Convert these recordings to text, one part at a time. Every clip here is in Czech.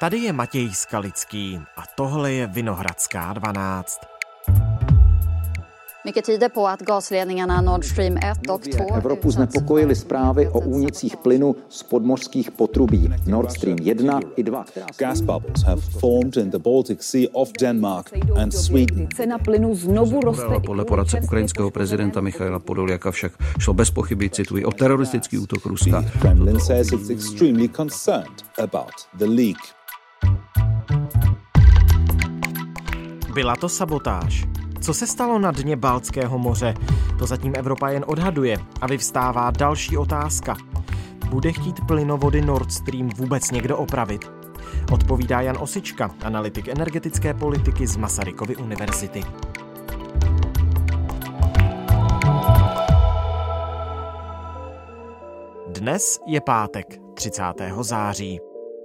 Tady je Matěj Skalický a tohle je Vinohradská 12. Mycket tyder på att gasledningarna Nord Stream 1 och 2... Evropu znepokojily zprávy o únicích plynu z podmořských potrubí Nord Stream 1 i 2. Gas bubbles have formed in the Baltic Sea off Denmark and Sweden. Cena plynu znovu roste. Podle poradce ukrajinského prezidenta Michaila Podoljaka však šlo bez pochyby, cituji, o teroristický útok Ruska. Kremlin says it's extremely concerned about the leak. Byla to sabotáž. Co se stalo na dně Baltského moře? To zatím Evropa jen odhaduje a vyvstává další otázka. Bude chtít plynovody Nord Stream vůbec někdo opravit? Odpovídá Jan Osička, analytik energetické politiky z Masarykovy univerzity. Dnes je pátek, 30. září.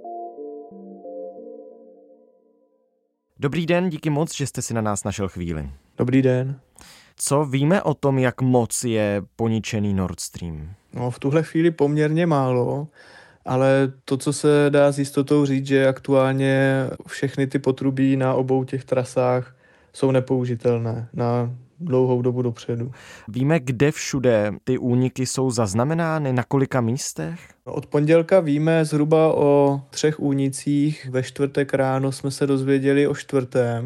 Dobrý den, díky moc, že jste si na nás našel chvíli. Dobrý den. Co víme o tom, jak moc je poničený Nord Stream? No, v tuhle chvíli poměrně málo, ale to, co se dá s jistotou říct, že aktuálně všechny ty potrubí na obou těch trasách jsou nepoužitelné na dlouhou dobu dopředu. Víme, kde všude ty úniky jsou zaznamenány, na kolika místech? Od pondělka víme zhruba o 3 únicích, ve čtvrtek ráno jsme se dozvěděli o 4.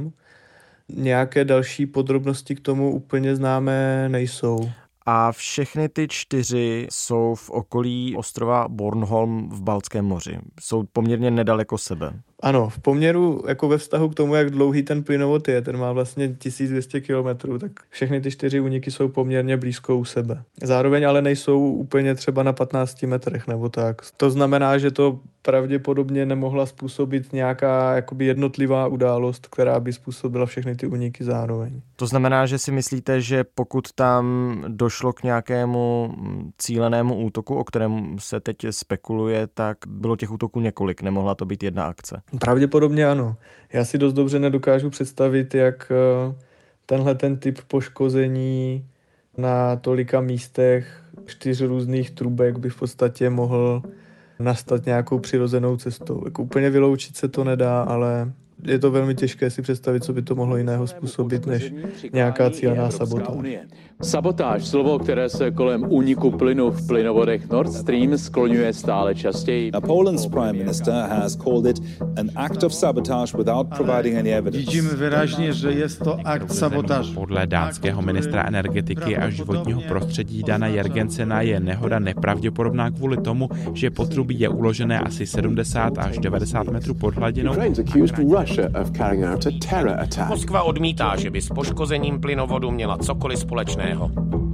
Nějaké další podrobnosti k tomu úplně známé nejsou. A všechny ty 4 jsou v okolí ostrova Bornholm v Baltském moři. Jsou poměrně nedaleko sebe. Ano, v poměru jako ve vztahu k tomu, jak dlouhý ten plynovod je, ten má vlastně 1200 kilometrů, tak všechny ty 4 úniky jsou poměrně blízko u sebe. Zároveň ale nejsou úplně třeba na 15 metrech nebo tak. To znamená, že to pravděpodobně nemohla způsobit nějaká jakoby jednotlivá událost, která by způsobila všechny ty úniky zároveň. To znamená, že si myslíte, že pokud tam došlo k nějakému cílenému útoku, o kterém se teď spekuluje, tak bylo těch útoků několik, nemohla to být jedna akce? Pravděpodobně ano. Já si dost dobře nedokážu představit, jak tenhle ten typ poškození na tolika místech 4 různých trubek by v podstatě mohl nastat nějakou přirozenou cestou. Jako úplně vyloučit se to nedá, ale je to velmi těžké si představit, co by to mohlo jiného způsobit, než nějaká cílená sabotáž. Sabotáž, slovo, které se kolem úniku plynu v plynovodech Nord Stream skloňuje stále častěji. Poland's prime minister has called it an act of sabotage without providing any evidence. Vidíme vyražně, že je to akt sabotáže. Podle dánského ministra energetiky a životního prostředí Dana Jergensena je nehoda nepravděpodobná kvůli tomu, že potrubí je uložené asi 70 až 90 metrů pod hladinou. Moskva odmítá, že by s poškozením plynovodu měla cokoliv společného.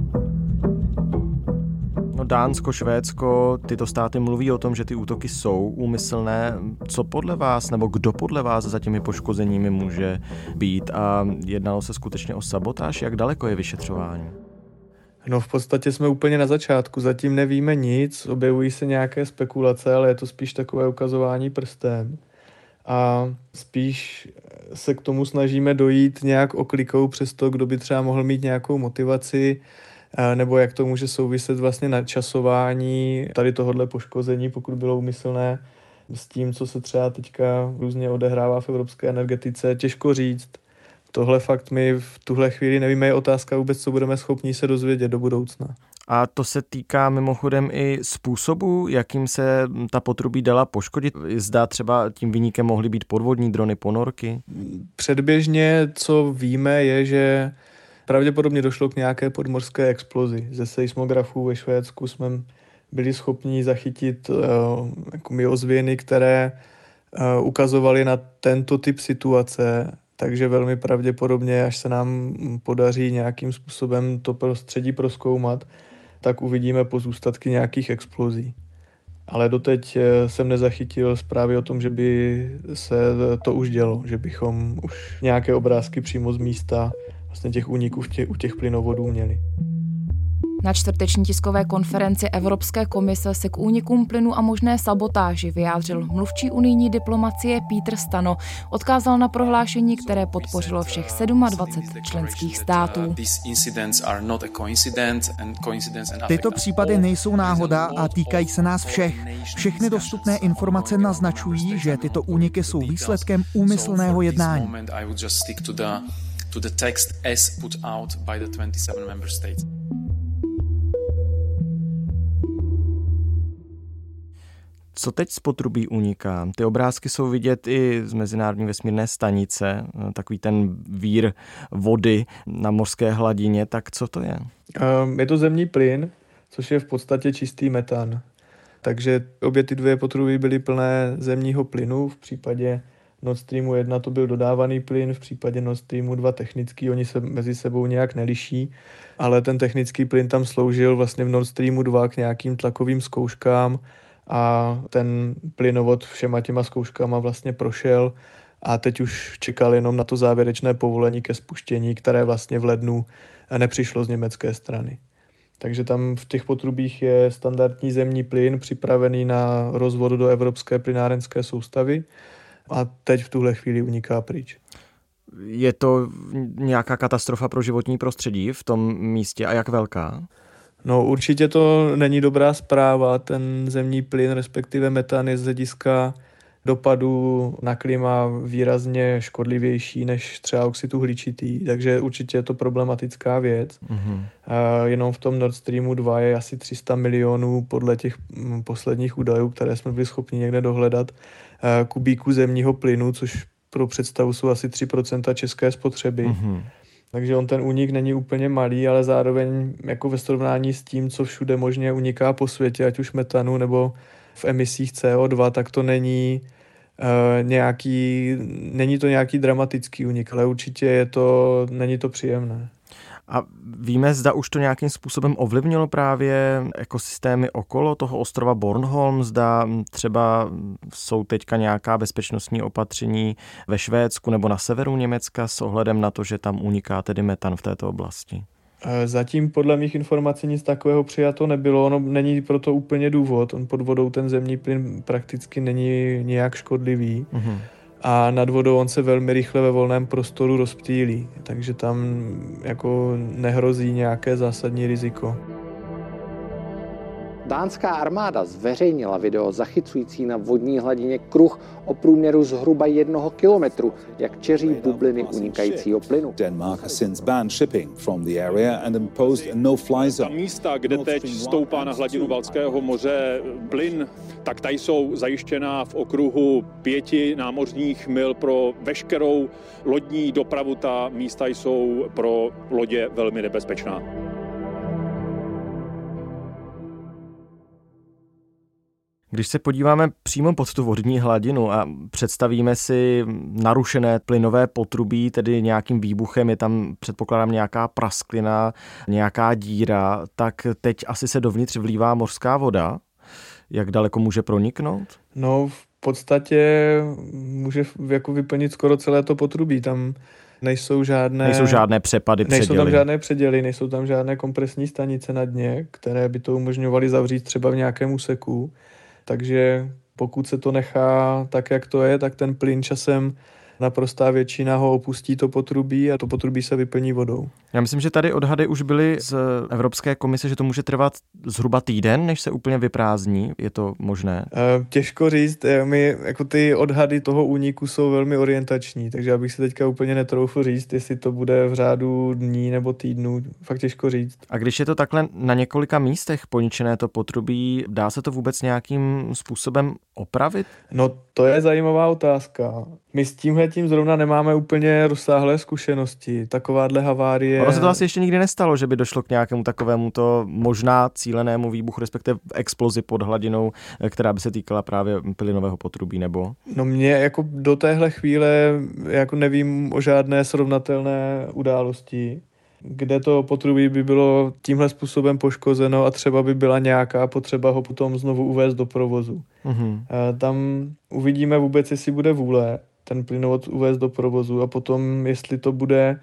No Dánsko, Švédsko, tyto státy mluví o tom, že ty útoky jsou úmyslné. Co podle vás, nebo kdo podle vás za těmi poškozeními může být? A jednalo se skutečně o sabotáž? Jak daleko je vyšetřování? No v podstatě jsme úplně na začátku, zatím nevíme nic, objevují se nějaké spekulace, ale je to spíš takové ukazování prstem. A spíš se k tomu snažíme dojít nějak oklikou přes to, kdo by třeba mohl mít nějakou motivaci, nebo jak to může souviset vlastně načasování tady tohohle poškození, pokud bylo úmyslné, s tím, co se třeba teďka různě odehrává v evropské energetice. Těžko říct. Tohle fakt my v tuhle chvíli nevíme, je otázka vůbec, co budeme schopni se dozvědět do budoucna. A to se týká mimochodem i způsobu, jakým se ta potrubí dala poškodit. Zda třeba tím viníkem mohly být podvodní drony, ponorky? Předběžně, co víme, je, že pravděpodobně došlo k nějaké podmořské explozi. Ze seismografů ve Švédsku jsme byli schopni zachytit ozvěny, které ukazovaly na tento typ situace. Takže velmi pravděpodobně, až se nám podaří nějakým způsobem to prostředí prozkoumat, tak uvidíme pozůstatky nějakých explozí. Ale doteď jsem nezachytil zprávy o tom, že by se to už dělo, že bychom už nějaké obrázky přímo z místa vlastně těch úniků u těch plynovodů měli. Na čtvrteční tiskové konferenci Evropské komise se k únikům plynu a možné sabotáži vyjádřil mluvčí unijní diplomacie Peter Stano. Odkázal na prohlášení, které podpořilo všech 27 členských států. Tyto případy nejsou náhoda a týkají se nás všech. Všechny dostupné informace naznačují, že tyto úniky jsou výsledkem úmyslného jednání. Co teď z potrubí uniká? Ty obrázky jsou vidět i z Mezinárodní vesmírné stanice, takový ten vír vody na mořské hladině, tak co to je? Je to zemní plyn, což je v podstatě čistý metan. Takže obě ty dvě potrubí byly plné zemního plynu, v případě Nord Streamu 1 to byl dodávaný plyn, v případě Nord Streamu 2 technický, oni se mezi sebou nějak neliší, ale ten technický plyn tam sloužil vlastně v Nord Streamu 2 k nějakým tlakovým zkouškám a ten plynovod všema těma zkouškama vlastně prošel a teď už čekal jenom na to závěrečné povolení ke spuštění, které vlastně v lednu nepřišlo z německé strany. Takže tam v těch potrubích je standardní zemní plyn připravený na rozvod do evropské plynárenské soustavy a teď v tuhle chvíli uniká pryč. Je to nějaká katastrofa pro životní prostředí v tom místě a jak velká? No určitě to není dobrá zpráva. Ten zemní plyn, respektive metan, je z hlediska dopadu na klima výrazně škodlivější než třeba oxid uhličitý, takže určitě je to problematická věc. Mm-hmm. Jenom v tom Nord Streamu 2 je asi 300 milionů podle těch posledních údajů, které jsme byli schopni někde dohledat, kubíků zemního plynu, což pro představu jsou asi 3% české spotřeby. Mm-hmm. Takže on ten únik není úplně malý, ale zároveň jako ve srovnání s tím, co všude možně uniká po světě, ať už metanu nebo v emisích CO2, tak to není není to nějaký dramatický únik, ale určitě není to příjemné. A víme, zda už to nějakým způsobem ovlivnilo právě ekosystémy okolo toho ostrova Bornholm, zda třeba jsou teďka nějaká bezpečnostní opatření ve Švédsku nebo na severu Německa s ohledem na to, že tam uniká tedy metan v této oblasti? Zatím podle mých informací nic takového přijato nebylo, ono není proto úplně důvod. On pod vodou ten zemní plyn prakticky není nějak škodlivý. Mm-hmm. A nad vodou on se velmi rychle ve volném prostoru rozptýlí, takže tam jako nehrozí nějaké zásadní riziko. Dánská armáda zveřejnila video zachycující na vodní hladině kruh o průměru zhruba 1 kilometru, jak čeří bubliny unikajícího plynu. Denmark has since banned shipping from the area and imposed a no-fly zone. Místa, kde teď stoupá na hladinu Baltského moře plyn, tak ta jsou zajištěná v okruhu 5 námořních mil pro veškerou lodní dopravu. Ta místa jsou pro lodě velmi nebezpečná. Když se podíváme přímo pod tu vodní hladinu a představíme si narušené plynové potrubí, tedy nějakým výbuchem, je tam předpokládám nějaká prasklina, nějaká díra, tak teď asi se dovnitř vlívá mořská voda. Jak daleko může proniknout? No v podstatě může jako vyplnit skoro celé to potrubí. Tam nejsou žádné předěly. Nejsou tam žádné předěly, nejsou tam žádné kompresní stanice na dně, které by to umožňovaly zavřít třeba v nějakém úseku. Takže pokud se to nechá tak, jak to je, tak ten plyn časem naprostá většina ho opustí to potrubí a to potrubí se vyplní vodou. Já myslím, že tady odhady už byly z Evropské komise, že to může trvat zhruba týden, než se úplně vyprázdní. Je to možné? Těžko říct. Jako ty odhady toho úniku jsou velmi orientační, takže já bych si teďka úplně netroufl říct, jestli to bude v řádu dní nebo týdnů. Fakt těžko říct. A když je to takhle na několika místech poničené to potrubí, dá se to vůbec nějakým způsobem opravit? No to je zajímavá otázka. My s tímhletím zrovna nemáme úplně rozsáhlé zkušenosti. Takováhle havárie... Ono se to asi ještě nikdy nestalo, že by došlo k nějakému takovému to možná cílenému výbuchu, respektive explozi pod hladinou, která by se týkala právě plynového potrubí, nebo? No mě jako do téhle chvíle jako nevím o žádné srovnatelné události, kde to potrubí by bylo tímhle způsobem poškozeno a třeba by byla nějaká potřeba ho potom znovu uvést do provozu. Mm-hmm. Tam uvidíme vůbec, jestli bude vůle ten plynovod uvést do provozu a potom, jestli to bude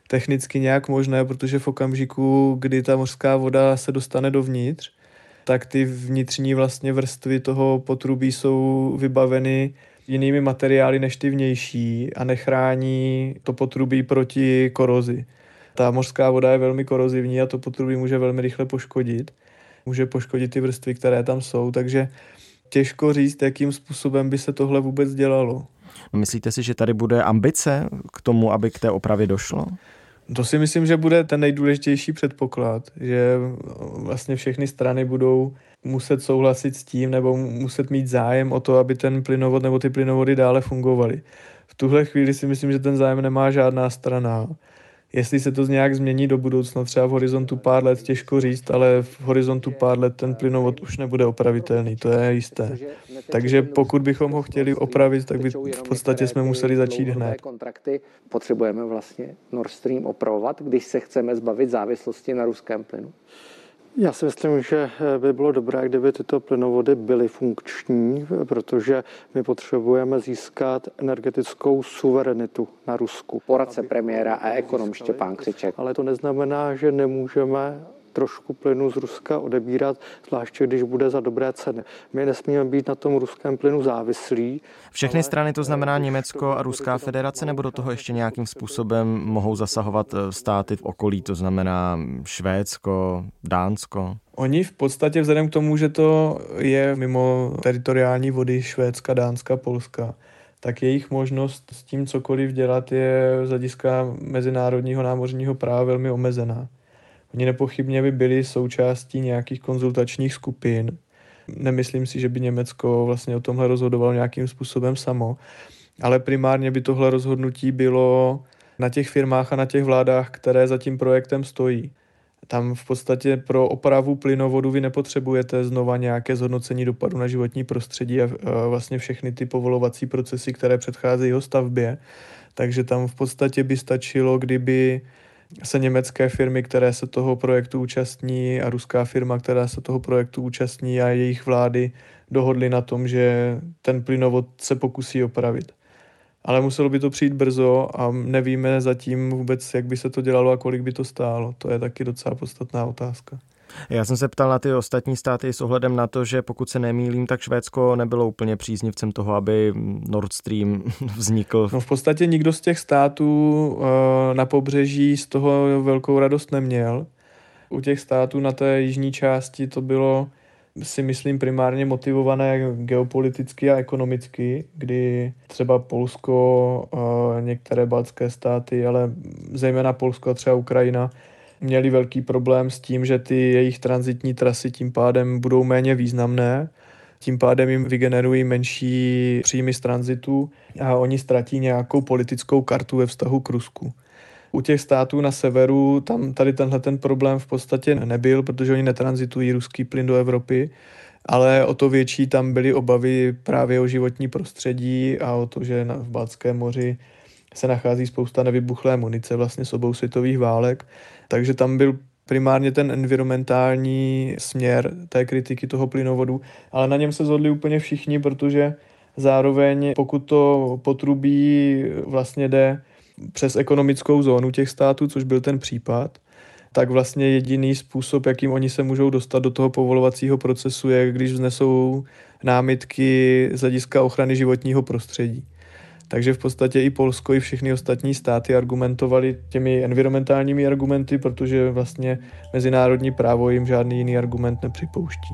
technicky nějak možné, protože v okamžiku, kdy ta mořská voda se dostane dovnitř, tak ty vnitřní vlastně vrstvy toho potrubí jsou vybaveny jinými materiály než ty vnější a nechrání to potrubí proti korozi. Ta mořská voda je velmi korozivní a to potrubí může velmi rychle poškodit. Může poškodit ty vrstvy, které tam jsou, takže těžko říct, jakým způsobem by se tohle vůbec dělalo. Myslíte si, že tady bude ambice k tomu, aby k té opravě došlo? To si myslím, že bude ten nejdůležitější předpoklad, že vlastně všechny strany budou muset souhlasit s tím nebo muset mít zájem o to, aby ten plynovod nebo ty plynovody dále fungovaly. V tuhle chvíli si myslím, že ten zájem nemá žádná strana. Jestli se to nějak změní do budoucna, třeba v horizontu pár let, těžko říct, ale v horizontu pár let ten plynovod už nebude opravitelný, to je jisté. Takže pokud bychom ho chtěli opravit, tak by v podstatě jsme museli začít hned. Potřebujeme vlastně Nord Stream opravovat, když se chceme zbavit závislosti na ruském plynu? Já si myslím, že by bylo dobré, kdyby tyto plynovody byly funkční, protože my potřebujeme získat energetickou suverenitu na Rusku. Poradce premiéra a ekonom Štěpán Křeček. Ale to neznamená, že nemůžeme trošku plynu z Ruska odebírat, zvláště když bude za dobré ceny. My nesmíme být na tom ruském plynu závislí. Všechny strany, to znamená Německo a Ruská federace, nebo do toho ještě nějakým způsobem mohou zasahovat státy v okolí, to znamená Švédsko, Dánsko? Oni v podstatě vzhledem k tomu, že to je mimo teritoriální vody Švédska, Dánska, Polska, tak jejich možnost s tím cokoliv dělat je z hlediska mezinárodního námořního práva velmi omezená. Oni nepochybně by byli součástí nějakých konzultačních skupin. Nemyslím si, že by Německo vlastně o tomhle rozhodovalo nějakým způsobem samo, ale primárně by tohle rozhodnutí bylo na těch firmách a na těch vládách, které za tím projektem stojí. Tam v podstatě pro opravu plynovodu vy nepotřebujete znova nějaké zhodnocení dopadu na životní prostředí a vlastně všechny ty povolovací procesy, které předcházejí jeho stavbě. Takže tam v podstatě by stačilo, kdyby se německé firmy, které se toho projektu účastní a ruská firma, která se toho projektu účastní a jejich vlády dohodly na tom, že ten plynovod se pokusí opravit. Ale muselo by to přijít brzo a nevíme zatím vůbec, jak by se to dělalo a kolik by to stálo. To je taky docela podstatná otázka. Já jsem se ptal na ty ostatní státy s ohledem na to, že pokud se nemýlím, tak Švédsko nebylo úplně příznivcem toho, aby Nord Stream vznikl. No v podstatě nikdo z těch států na pobřeží z toho velkou radost neměl. U těch států na té jižní části to bylo, si myslím, primárně motivované geopoliticky a ekonomicky, kdy třeba Polsko, některé baltské státy, ale zejména Polsko a třeba Ukrajina, měli velký problém s tím, že ty jejich tranzitní trasy tím pádem budou méně významné, tím pádem jim vygenerují menší příjmy z tranzitu a oni ztratí nějakou politickou kartu ve vztahu k Rusku. U těch států na severu tam tady tenhle ten problém v podstatě nebyl, protože oni netranzitují ruský plyn do Evropy, ale o to větší tam byly obavy právě o životní prostředí a o to, že v Baltském moři se nachází spousta nevybuchlé munice vlastně z obou světových válek. Takže tam byl primárně ten environmentální směr té kritiky toho plynovodu, ale na něm se shodli úplně všichni, protože zároveň pokud to potrubí vlastně jde přes ekonomickou zónu těch států, což byl ten případ, tak vlastně jediný způsob, jakým oni se můžou dostat do toho povolovacího procesu, je, když vznesou námitky z hlediska ochrany životního prostředí. Takže v podstatě i Polsko, i všechny ostatní státy argumentovali těmi environmentálními argumenty, protože vlastně mezinárodní právo jim žádný jiný argument nepřipouští.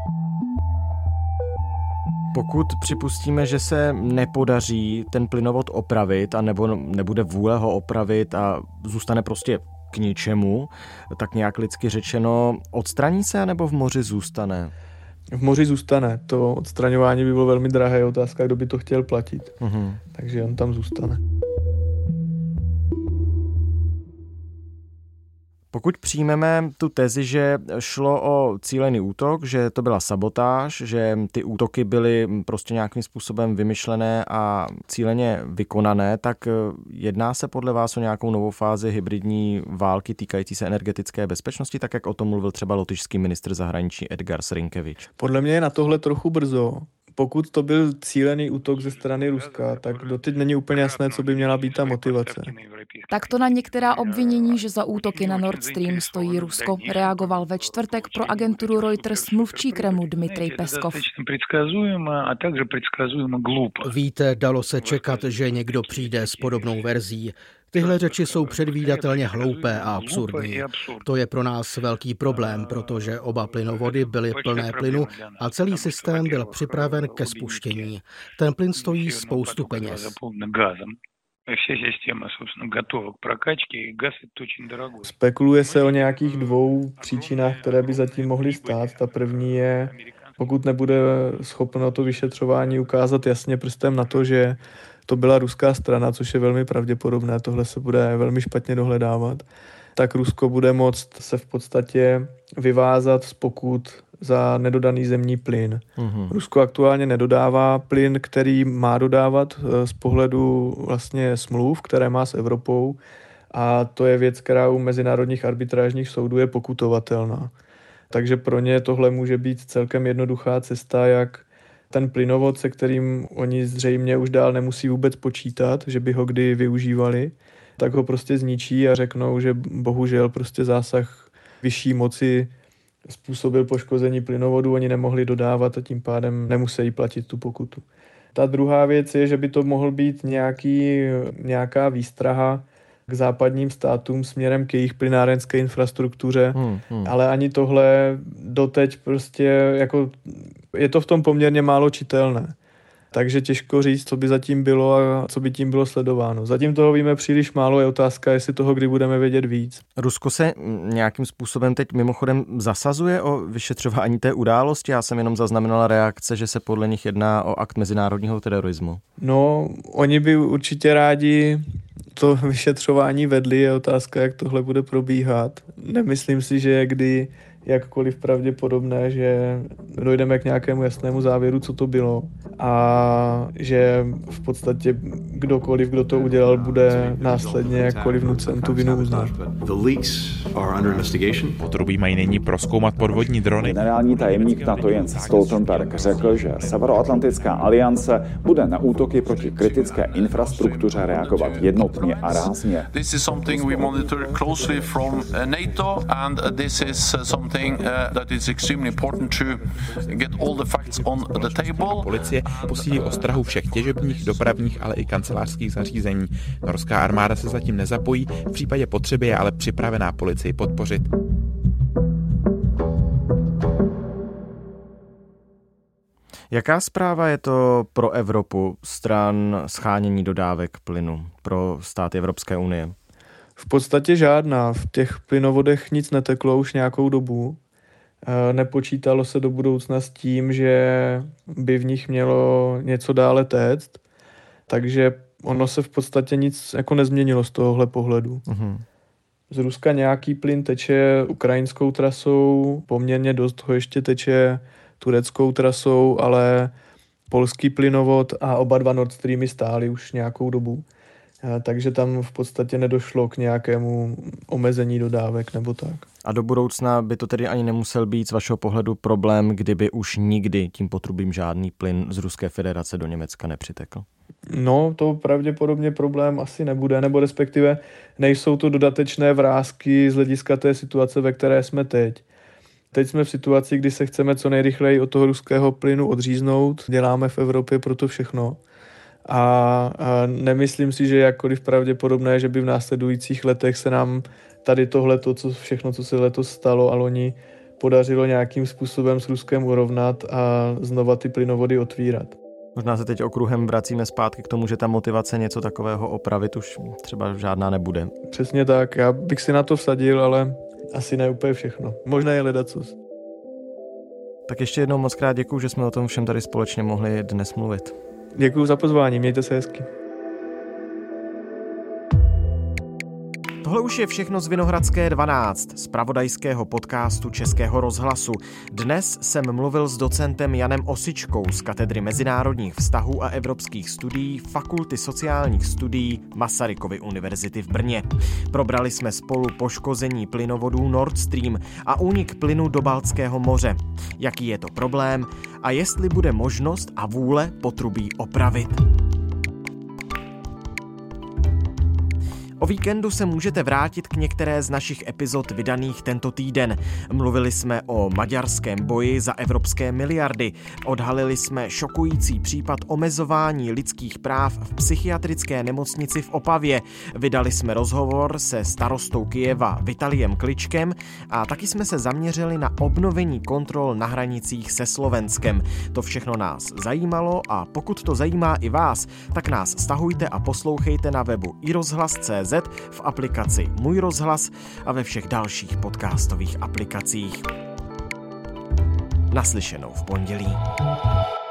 Pokud připustíme, že se nepodaří ten plynovod opravit, anebo nebude vůle ho opravit a zůstane prostě k ničemu, tak nějak lidsky řečeno, odstraní se, nebo v moři zůstane? V moři zůstane. To odstraňování by bylo velmi drahé. Je otázka, kdo by to chtěl platit. Takže on tam zůstane. Pokud přijmeme tu tezi, že šlo o cílený útok, že to byla sabotáž, že ty útoky byly prostě nějakým způsobem vymyšlené a cíleně vykonané, tak jedná se podle vás o nějakou novou fázi hybridní války týkající se energetické bezpečnosti, tak jak o tom mluvil třeba lotyšský ministr zahraničí Edgars Rinkevič? Podle mě je na tohle trochu brzo, Pokud to byl cílený útok ze strany Ruska, tak doteď není úplně jasné, co by měla být ta motivace. Takto na některá obvinění, že za útoky na Nord Stream stojí Rusko, reagoval ve čtvrtek pro agenturu Reuters mluvčí Kremlu Dmitrij Peskov. Víte, dalo se čekat, že někdo přijde s podobnou verzí. Tyhle řeči jsou předvídatelně hloupé a absurdní. To je pro nás velký problém, protože oba plynovody byly plné plynu a celý systém byl připraven ke spuštění. Ten plyn stojí spoustu peněz. Spekuluje se o nějakých dvou příčinách, které by zatím mohly stát. Ta první je, pokud nebude schopno to vyšetřování ukázat jasně prstem na to, že to byla ruská strana, což je velmi pravděpodobné, tohle se bude velmi špatně dohledávat, tak Rusko bude moct se v podstatě vyvázat z pokut za nedodaný zemní plyn. Rusko aktuálně nedodává plyn, který má dodávat z pohledu vlastně smluv, které má s Evropou, a to je věc, která u mezinárodních arbitrážních soudů je pokutovatelná. Takže pro ně tohle může být celkem jednoduchá cesta, jak ten plynovod, se kterým oni zřejmě už dál nemusí vůbec počítat, že by ho kdy využívali, tak ho prostě zničí a řeknou, že bohužel prostě zásah vyšší moci způsobil poškození plynovodu, oni nemohli dodávat a tím pádem nemusí platit tu pokutu. Ta druhá věc je, že by to mohl být nějaká výstraha k západním státům směrem k jejich plynárenské infrastruktuře, ale ani tohle doteď prostě jako je to v tom poměrně málo čitelné. Takže těžko říct, co by zatím bylo a co by tím bylo sledováno. Zatím toho víme příliš málo, je otázka, jestli toho kdy budeme vědět víc. Rusko se nějakým způsobem teď mimochodem zasazuje o vyšetřování té události? Já jsem jenom zaznamenala reakce, že se podle nich jedná o akt mezinárodního terorismu. No, oni by určitě rádi to vyšetřování vedli, je otázka, jak tohle bude probíhat. Nemyslím si, že je kdy jakkoliv pravděpodobné, že dojdeme k nějakému jasnému závěru, co to bylo, a že v podstatě kdokoliv, kdo to udělal, bude následně jakkoliv nucen tu vinu uznat. Potrubí mají nyní prozkoumat podvodní drony. Generální tajemník NATO Jens Stoltenberg řekl, že Severoatlantická aliance bude na útoky proti kritické infrastruktuře reagovat jednotně a rázně. This is something we monitor closely from NATO and this is something that is extremely important to get all the facts on the table. Policie posílí ostrahu všech těžebních, dopravních, ale i kancelářských zařízení. Norská armáda se zatím nezapojí, v případě potřeby je ale připravená policii podpořit. Jaká zpráva je to pro Evropu stran shánění dodávek plynu pro státy Evropské unie? V podstatě žádná. V těch plynovodech nic neteklo už nějakou dobu. Nepočítalo se do budoucna s tím, že by v nich mělo něco dále téct. Takže ono se v podstatě nic jako nezměnilo z tohohle pohledu. Z Ruska nějaký plyn teče ukrajinskou trasou, poměrně dost ho ještě teče tureckou trasou, ale polský plynovod a oba dva Nord Streamy stály už nějakou dobu. Takže tam v podstatě nedošlo k nějakému omezení dodávek nebo tak. A do budoucna by to tedy ani nemusel být z vašeho pohledu problém, kdyby už nikdy tím potrubím žádný plyn z Ruské federace do Německa nepřitekl? No, to pravděpodobně problém asi nebude, nebo respektive nejsou to dodatečné vrásky z hlediska té situace, ve které jsme teď. Teď jsme v situaci, kdy se chceme co nejrychleji od toho ruského plynu odříznout. Děláme v Evropě proto všechno. A nemyslím si, že je jakkoliv pravděpodobné, že by v následujících letech se nám tady tohleto, co se letos stalo a loni, podařilo nějakým způsobem s Ruskem urovnat a znova ty plynovody otvírat. Možná se teď okruhem vracíme zpátky k tomu, že ta motivace něco takového opravit už třeba žádná nebude. Přesně tak, já bych si na to vsadil, ale asi ne úplně všechno. Možná je ledacos. Tak ještě jednou moc krát děkuju, že jsme o tom všem tady společně mohli dnes mluvit. Děkuju za pozvání, mějte se hezky. Tohle Tohle už je všechno z Vinohradské 12, z zpravodajského podcastu Českého rozhlasu. Dnes jsem mluvil s docentem Janem Osičkou z katedry mezinárodních vztahů a evropských studií Fakulty sociálních studií Masarykovy univerzity v Brně. Probrali jsme spolu poškození plynovodů Nord Stream a únik plynu do Baltského moře. Jaký je to problém a jestli bude možnost a vůle potrubí opravit. O víkendu se můžete vrátit k některé z našich epizod vydaných tento týden. Mluvili jsme o maďarském boji za evropské miliardy. Odhalili jsme šokující případ omezování lidských práv v psychiatrické nemocnici v Opavě. Vydali jsme rozhovor se starostou Kyjeva Vitaliem Kličkem a taky jsme se zaměřili na obnovení kontrol na hranicích se Slovenskem. To všechno nás zajímalo a pokud to zajímá i vás, tak nás stahujte a poslouchejte na webu iRozhlas.cz, v aplikaci Můj rozhlas a ve všech dalších podcastových aplikacích. Naslyšenou v pondělí.